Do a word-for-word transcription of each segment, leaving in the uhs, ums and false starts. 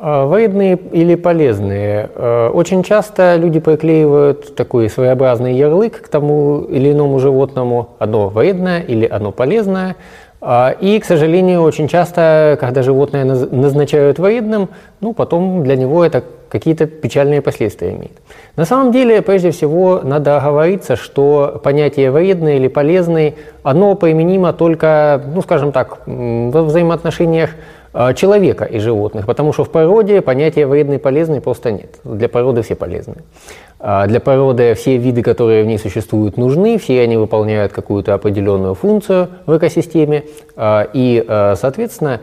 Вредные или полезные? Очень часто люди приклеивают такой своеобразный ярлык к тому или иному животному. Одно вредное или одно полезное. И, к сожалению, очень часто, когда животное назначают вредным, ну, потом для него это какие-то печальные последствия имеет. На самом деле, прежде всего, надо оговориться, что понятие вредный или полезный, оно применимо только, ну, скажем так, во взаимоотношениях человека и животных, потому что в природе понятия вредный и полезный просто нет. Для природы все полезны. Для природы все виды, которые в ней существуют, нужны, все они выполняют какую-то определенную функцию в экосистеме, и, соответственно,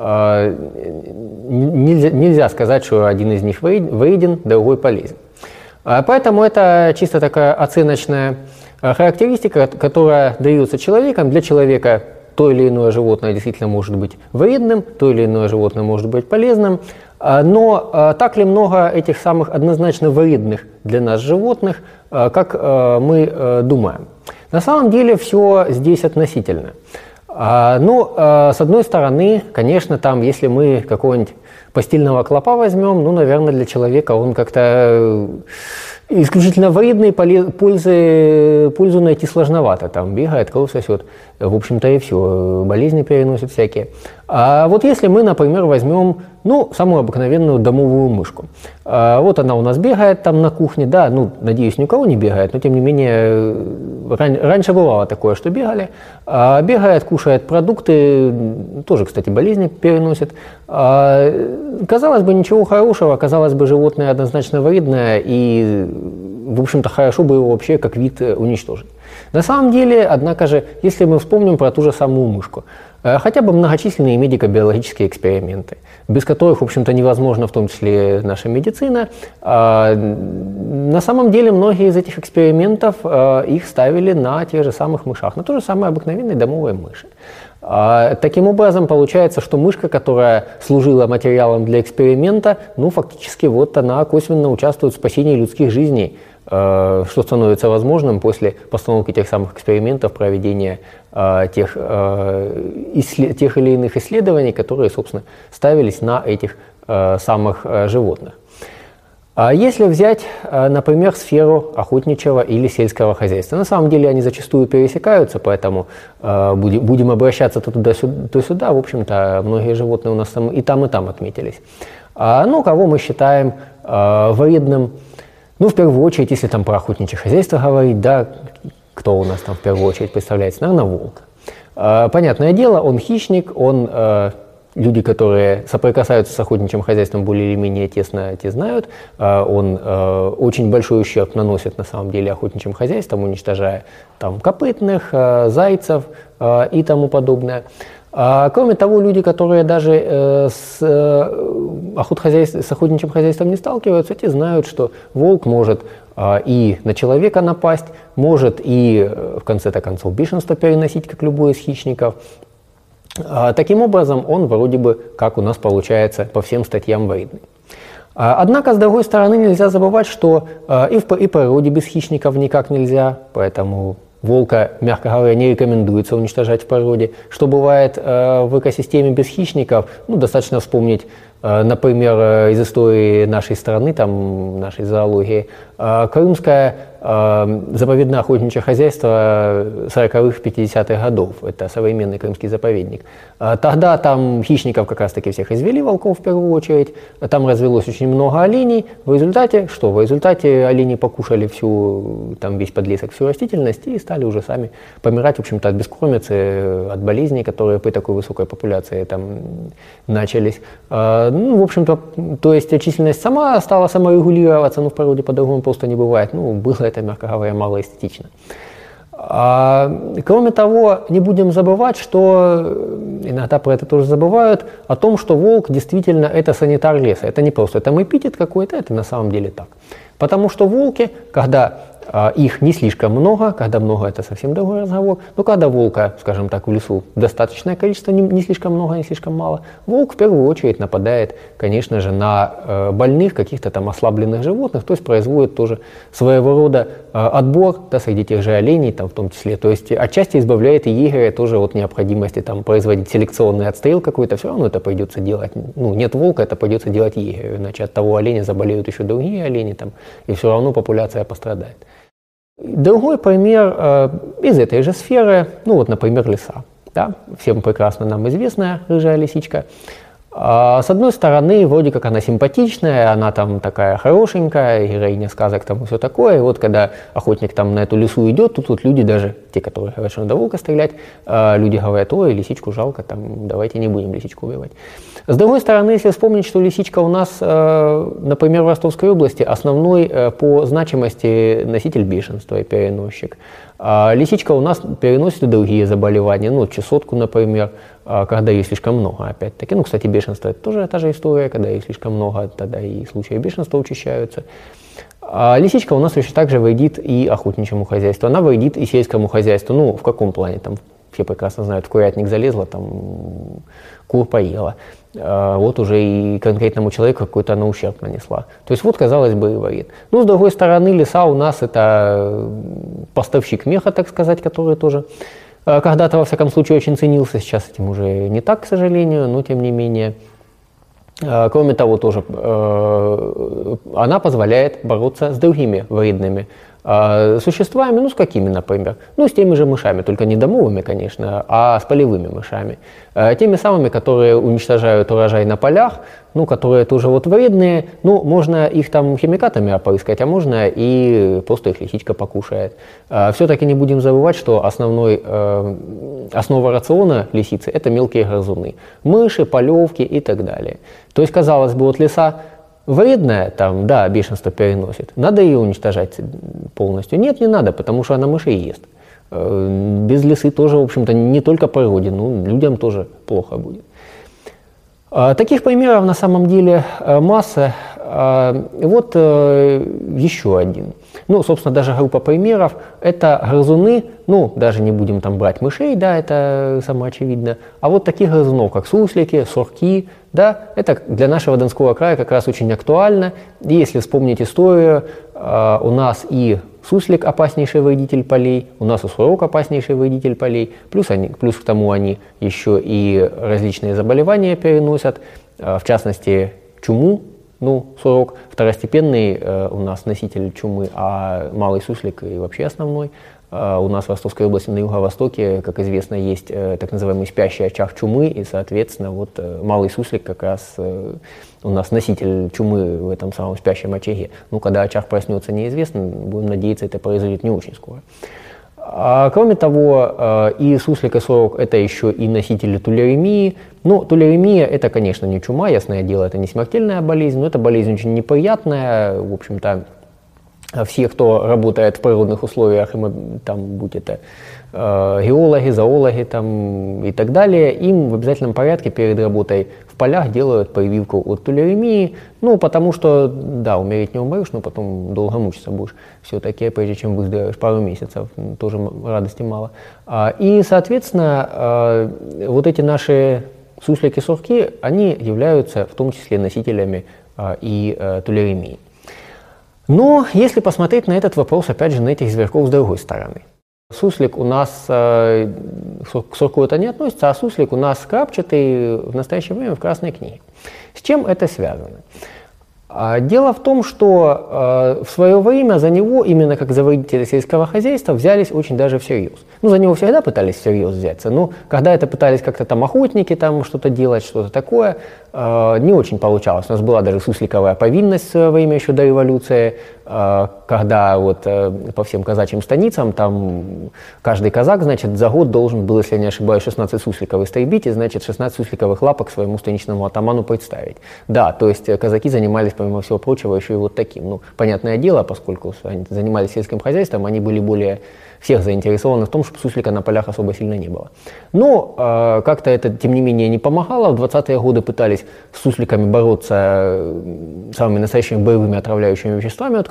нельзя, нельзя сказать, что один из них вреден, другой полезен. Поэтому это чисто такая оценочная характеристика, которая дается человеком. Для человека то или иное животное действительно может быть вредным, то или иное животное может быть полезным. Но так ли много этих самых однозначно вредных для нас животных, как мы думаем? На самом деле все здесь относительно. Ну, с одной стороны, конечно, там, если мы какого-нибудь постельного клопа возьмем, ну, наверное, для человека он как-то исключительно вредный, пользы, пользу найти сложновато. Там бегает, кровь сосет, в общем-то и все, болезни переносят всякие. А вот если мы, например, возьмем, ну, самую обыкновенную домовую мышку. А вот она у нас бегает там на кухне, да, ну, надеюсь, ни у кого не бегает, но тем не менее, ран, раньше бывало такое, что бегали. А бегает, кушает продукты, тоже, кстати, болезни переносит. А, казалось бы, ничего хорошего, казалось бы, животное однозначно вредное, и, в общем-то, хорошо бы его вообще как вид уничтожить. На самом деле, однако же, если мы вспомним про ту же самую мышку, хотя бы многочисленные медико-биологические эксперименты, без которых, в общем-то, невозможно в том числе наша медицина. На самом деле многие из этих экспериментов их ставили на тех же самых мышах, на той же самой обыкновенной домовой мыши. Таким образом, получается, что мышка, которая служила материалом для эксперимента, ну, фактически вот она косвенно участвует в спасении людских жизней, что становится возможным после постановки тех самых экспериментов, проведения э, тех, э, исслед... тех или иных исследований, которые, собственно, ставились на этих э, самых э, животных. А если взять, э, например, сферу охотничьего или сельского хозяйства, на самом деле они зачастую пересекаются, поэтому э, будем, будем обращаться то туда, то сюда. В общем-то, многие животные у нас там и там, и там отметились. А, ну, кого мы считаем э, вредным? Ну, в первую очередь, если там про охотничье хозяйство говорить, да, кто у нас там в первую очередь представляется? Наверное, волк. А, понятное дело, он хищник, он, э, люди, которые соприкасаются с охотничьим хозяйством более или менее тесно, те знают, э, он э, очень большой ущерб наносит на самом деле охотничьим хозяйством, уничтожая там копытных, э, зайцев э, и тому подобное. А, кроме того, люди, которые даже э, с, э, охотхозяйств, с охотничьим хозяйством не сталкиваются, те знают, что волк может э, и на человека напасть, может и, в конце-то концов, бешенство переносить, как любой из хищников. А, таким образом, он вроде бы, как у нас получается, по всем статьям вредный. А, однако, с другой стороны, нельзя забывать, что э, и в и природе без хищников никак нельзя, поэтому волка, мягко говоря, не рекомендуется уничтожать в природе. Что бывает э, в экосистеме без хищников? Ну, достаточно вспомнить, э, например, э, из истории нашей страны, там, нашей зоологии. Э, Крымское э, заповедное охотничье хозяйство сороковых-пятидесятых годов. Это современный крымский заповедник. Э, тогда там хищников как раз-таки всех извели, волков в первую очередь. Там развелось очень много оленей. В результате что? В результате олени покушали всю, там, весь подлесок, всю растительность и стали уже сами помирать, в общем-то, от бескормицы, от болезней, которые при такой высокой популяции там начались. Ну, в общем-то, то есть численность сама стала саморегулироваться, но в природе по-другому просто не бывает. Ну, было это, мягко говоря, мало эстетично. А, кроме того, не будем забывать, что иногда про это тоже забывают, о том, что волк действительно это санитар леса. Это не просто там эпитет какой-то, это на самом деле так. Потому что волки, когда Их не слишком много, когда много, это совсем другой разговор. Но когда волка, скажем так, в лесу достаточное количество, не, не слишком много, не слишком мало, волк в первую очередь нападает, конечно же, на больных, каких-то там ослабленных животных, то есть производит тоже своего рода отбор, да, среди тех же оленей там, в том числе. То есть отчасти избавляет и егеря тоже от необходимости там, производить селекционный отстрел какой-то, все равно это придется делать. Ну, нет волка, это придется делать егерю, иначе от того оленя заболеют еще другие олени, там, и все равно популяция пострадает. Другой пример э, из этой же сферы, ну вот, например, лиса. Да? Всем прекрасно нам известная рыжая лисичка. А, с одной стороны, вроде как она симпатичная, она там такая хорошенькая, героиня сказок там и все такое. И вот когда охотник там на эту лису идет, тут вот люди даже, те, которые говорят, что надо волка стрелять, э, люди говорят, ой, лисичку жалко, там, давайте не будем лисичку убивать. С другой стороны, если вспомнить, что лисичка у нас, э, например, в Ростовской области основной э, по значимости носитель бешенства и переносчик. А лисичка у нас переносит и другие заболевания, ну, чесотку, например, э, когда ее слишком много, опять-таки. Ну, кстати, бешенство – это тоже та же история, когда ее слишком много, тогда и случаи бешенства учащаются. А лисичка у нас точно так же вредит и охотничьему хозяйству, она вредит и сельскому хозяйству. Ну, в каком плане? Там все прекрасно знают, в курятник залезла, там кур поела. Вот уже и конкретному человеку какой-то она ущерб нанесла. То есть вот, казалось бы, и вред. Ну, с другой стороны, лиса у нас это поставщик меха, так сказать, который тоже когда-то, во всяком случае, очень ценился. Сейчас этим уже не так, к сожалению, но тем не менее. Кроме того, тоже она позволяет бороться с другими вредными существами, ну, с какими, например? Ну, с теми же мышами, только не домовыми, конечно, а с полевыми мышами. Теми самыми, которые уничтожают урожай на полях, ну, которые тоже вот вредные, ну, можно их там химикатами опрыскать, а можно и просто их лисичка покушает. Все-таки не будем забывать, что основной, основа рациона лисицы – это мелкие грызуны. Мыши, полевки и так далее. То есть, казалось бы, вот лиса вредная, там, да, бешенство переносит, надо ее уничтожать полностью. Нет, не надо, потому что она мышей ест. Без лисы тоже, в общем-то, не только природе, но людям тоже плохо будет. Таких примеров на самом деле масса. Вот еще один. Ну, собственно, даже группа примеров – это грызуны, ну, даже не будем там брать мышей, да, это самоочевидно, а вот таких грызунов, как суслики, сорки, да, это для нашего Донского края как раз очень актуально. И если вспомнить историю, у нас и суслик – опаснейший вредитель полей, у нас и сурок – опаснейший вредитель полей, плюс, они, плюс к тому они еще и различные заболевания переносят, в частности, чуму. Ну, сурок второстепенный э, у нас носитель чумы, а малый суслик и вообще основной. Э, у нас в Ростовской области на юго-востоке, как известно, есть э, так называемый спящий очаг чумы, и, соответственно, вот э, малый суслик как раз э, у нас носитель чумы в этом самом спящем очаге. Ну, когда очаг проснется, неизвестно, будем надеяться, это произойдет не очень скоро. А, кроме того, и суслик, и сурок – это еще и носители тулеремии. Ну, тулеремия – это, конечно, не чума, ясное дело, это не смертельная болезнь, но это болезнь очень неприятная. В общем-то, все, кто работает в природных условиях, и мы, там, будь это э, геологи, зоологи там, и так далее, им в обязательном порядке перед работой в полях делают прививку от тулеремии, ну, потому что, да, умереть не умрешь, но потом долго мучиться будешь все-таки, прежде чем выздоровеешь, пару месяцев, тоже радости мало. И, соответственно, вот эти наши суслики-сурки, они являются в том числе носителями и тулеремии. Но если посмотреть на этот вопрос, опять же, на этих зверьков с другой стороны. Суслик у нас, э, к сурку это не относится, а суслик у нас крапчатый в настоящее время в Красной книге. С чем это связано? Дело в том, что э, в свое время за него, именно как за вредителя сельского хозяйства, взялись очень даже всерьез. Ну, за него всегда пытались всерьез взяться, но когда это пытались как-то там охотники там что-то делать, что-то такое, э, не очень получалось. У нас была даже сусликовая повинность в свое время еще до революции, э, когда вот э, по всем казачьим станицам там каждый казак, значит, за год должен был, если я не ошибаюсь, шестнадцать сусликов истребить, и, значит, шестнадцать сусликовых лапок своему станичному атаману представить. Да, то есть казаки занимались, помимо всего прочего, еще и вот таким. Ну, понятное дело, поскольку они занимались сельским хозяйством, они были более всех заинтересованы в том, чтобы суслика на полях особо сильно не было. Но э, как-то это, тем не менее, не помогало. В двадцатые годы пытались с сусликами бороться самыми настоящими боевыми отравляющими веществами, от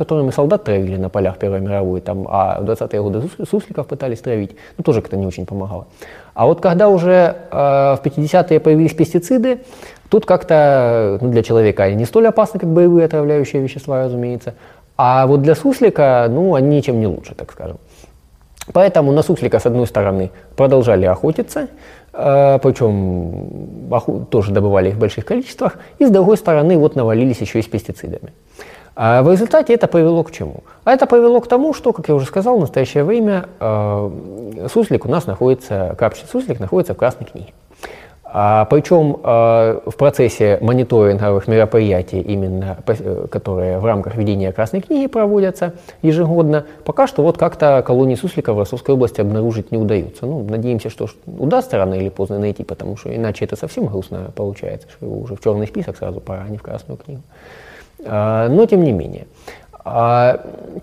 которыми солдат травили на полях Первой мировой, там, а в двадцатые годы сусликов пытались травить, ну, тоже как-то не очень помогало. А вот когда уже э, в пятидесятые появились пестициды, тут как-то ну, для человека они не столь опасны, как боевые отравляющие вещества, разумеется, а вот для суслика, ну, они ничем не лучше, так скажем. Поэтому на суслика, с одной стороны, продолжали охотиться, э, причем оху- тоже добывали их в больших количествах, и с другой стороны вот навалились еще и с пестицидами. А в результате это привело к чему? А это привело к тому, что, как я уже сказал, в настоящее время э, суслик у нас находится, капчий суслик находится в Красной книге. А, причем э, в процессе мониторинговых мероприятий, именно, э, которые в рамках ведения Красной книги проводятся ежегодно, пока что вот как-то колонии суслика в Ростовской области обнаружить не удается. Ну, надеемся, что удастся рано или поздно найти, потому что иначе это совсем грустно получается, что его уже в черный список сразу пора, а не в Красную книгу. А, но тем не менее. А,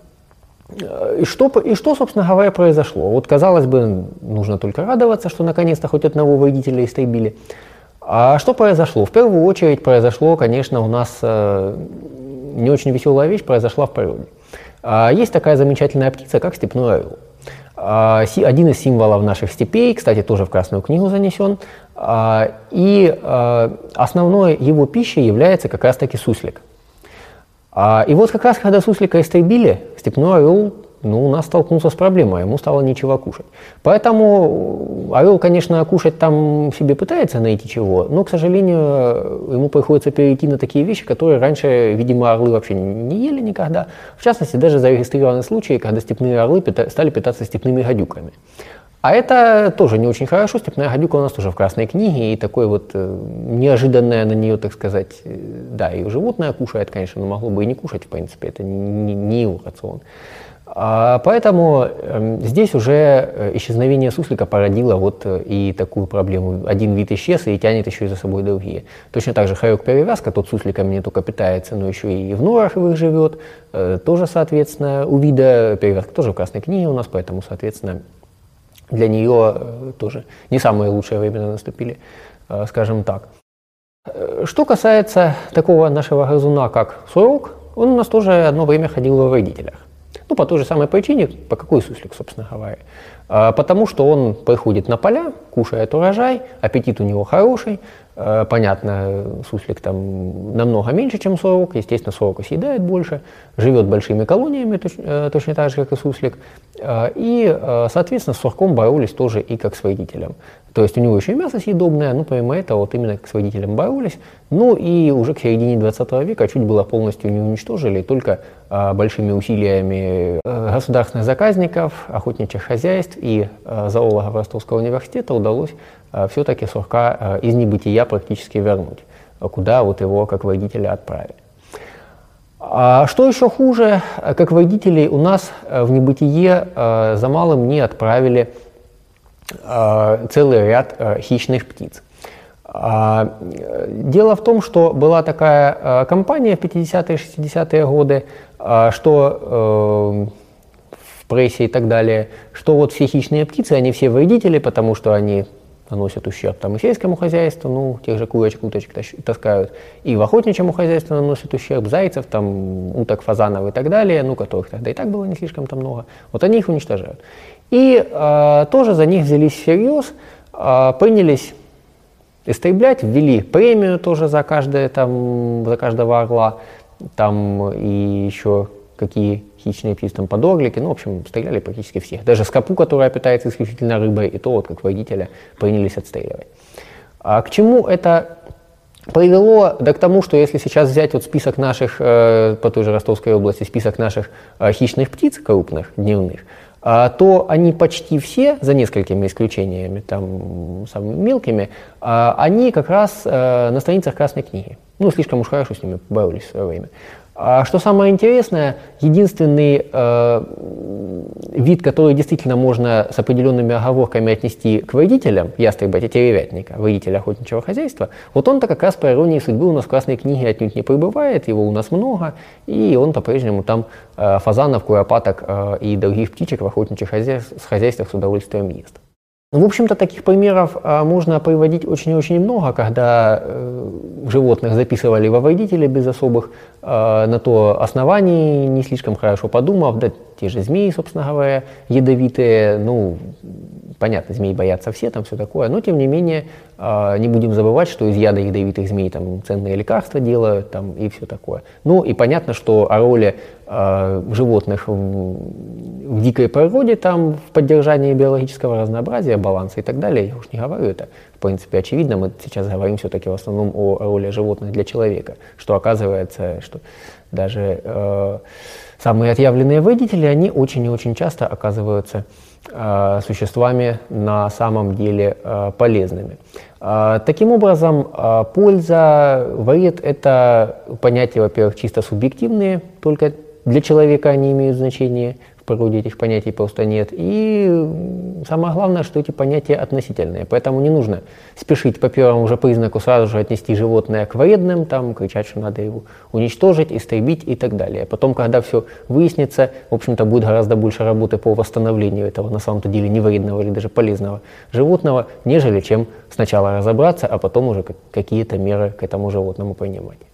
И что, и что, собственно говоря, произошло? Вот, казалось бы, нужно только радоваться, что наконец-то хоть одного вредителя истребили. А что произошло? В первую очередь произошло, конечно, у нас э, не очень веселая вещь произошла в природе. А, есть такая замечательная птица, как степной орел. А, си, один из символов наших степей, кстати, тоже в Красную книгу занесен. А, и а, основной его пищей является как раз-таки суслик. А, и вот как раз когда суслика истребили, степной орел ну, у нас столкнулся с проблемой, ему стало нечего кушать. Поэтому орел, конечно, кушать там себе пытается найти чего, но, к сожалению, ему приходится перейти на такие вещи, которые раньше, видимо, орлы вообще не ели никогда. В частности, даже зарегистрированы случаи, когда степные орлы пита- стали питаться степными гадюками. А это тоже не очень хорошо. Степная гадюка у нас тоже в Красной книге, и такое вот э, неожиданное на нее, так сказать, э, да, и животное кушает, конечно, но могло бы и не кушать, в принципе, это не, не его рацион. А, поэтому э, здесь уже исчезновение суслика породило вот э, и такую проблему. Один вид исчез и тянет еще и за собой другие. Точно так же хорек-перевязка, тот сусликами не только питается, но еще и в норах в их живет. Э, тоже, соответственно, у вида перевязка тоже в Красной книге у нас, поэтому, соответственно, для нее тоже не самые лучшие времена наступили, скажем так. Что касается такого нашего грызуна, как сурок, он у нас тоже одно время ходил во вредителях. Ну, по той же самой причине, по какой суслик, собственно говоря. Потому что он приходит на поля, кушает урожай, аппетит у него хороший. Понятно, суслик там намного меньше, чем сурок, естественно, сурока съедает больше, живет большими колониями, точно, точно так же, как и суслик. И, соответственно, с сурком боролись тоже и как с вредителем. То есть у него еще и мясо съедобное, но помимо этого вот именно как с вредителем боролись. Ну и уже к середине двадцатого века чуть было полностью не уничтожили, только большими усилиями государственных заказников, охотничьих хозяйств и зоологов Ростовского университета удалось все-таки сурка из небытия практически вернуть, куда вот его как вредителя отправили. А что еще хуже, как вредителей у нас в небытие за малым не отправили целый ряд хищных птиц. Дело в том, что была такая кампания в пятидесятые шестидесятые годы, что в прессе и так далее, что вот все хищные птицы, они все вредители, потому что они наносят ущерб там и сельскому хозяйству, ну, тех же курочек, уточек таскают, и в охотничьему хозяйству наносят ущерб, зайцев, там, уток, фазанов и так далее, ну, которых тогда и так было не слишком-то много, вот они их уничтожают. И э, тоже за них взялись всерьез, э, принялись истреблять, ввели премию тоже за, каждое, там, за каждого орла, там и еще какие хищные птицы, там подорлики, ну, в общем, стреляли практически всех. Даже скопу, которая питается исключительно рыбой, и то вот как вредителя принялись отстреливать. А к чему это привело? Да к тому, что если сейчас взять вот список наших, э, по той же Ростовской области, список наших э, хищных птиц крупных, дневных, э, то они почти все, за несколькими исключениями, там, самыми мелкими, э, они как раз э, на страницах Красной книги. Ну, слишком уж хорошо с ними боролись в свое время. А что самое интересное, единственный э, вид, который действительно можно с определенными оговорками отнести к вредителям, ястреба тетеревятника, вредителя охотничьего хозяйства, вот он-то как раз по иронии судьбы у нас в Красной книге отнюдь не пребывает, его у нас много, и он по-прежнему там э, фазанов, куропаток э, и других птичек в охотничьих хозяйствах с удовольствием ест. Ну, в общем-то, таких примеров а, можно приводить очень и очень много, когда э, животных записывали во вредители без особых э, на то оснований, не слишком хорошо подумав, да, те же змеи, собственно говоря, ядовитые, ну, понятно, змей боятся все, там все такое, но тем не менее э, не будем забывать, что из яда ядовитых змей там ценные лекарства делают там, и все такое. Ну и понятно, что о роли э, животных в, в дикой природе, там, в поддержании биологического разнообразия, баланса и так далее, я уж не говорю, это в принципе очевидно, мы сейчас говорим все-таки в основном о роли животных для человека, что оказывается, что даже э, самые отъявленные вредители, они очень и очень часто оказываются э, существами на самом деле э, полезными. Э, таким образом, э, польза, вред – это понятия, во-первых, чисто субъективные, только для человека они имеют значение, в природе этих понятий просто нет. И самое главное, что эти понятия относительные, поэтому не нужно спешить по первому же признаку сразу же отнести животное к вредным, там, кричать, что надо его уничтожить, истребить и так далее. Потом, когда все выяснится, в общем-то, будет гораздо больше работы по восстановлению этого на самом-то деле невредного или даже полезного животного, нежели чем сначала разобраться, а потом уже какие-то меры к этому животному принимать.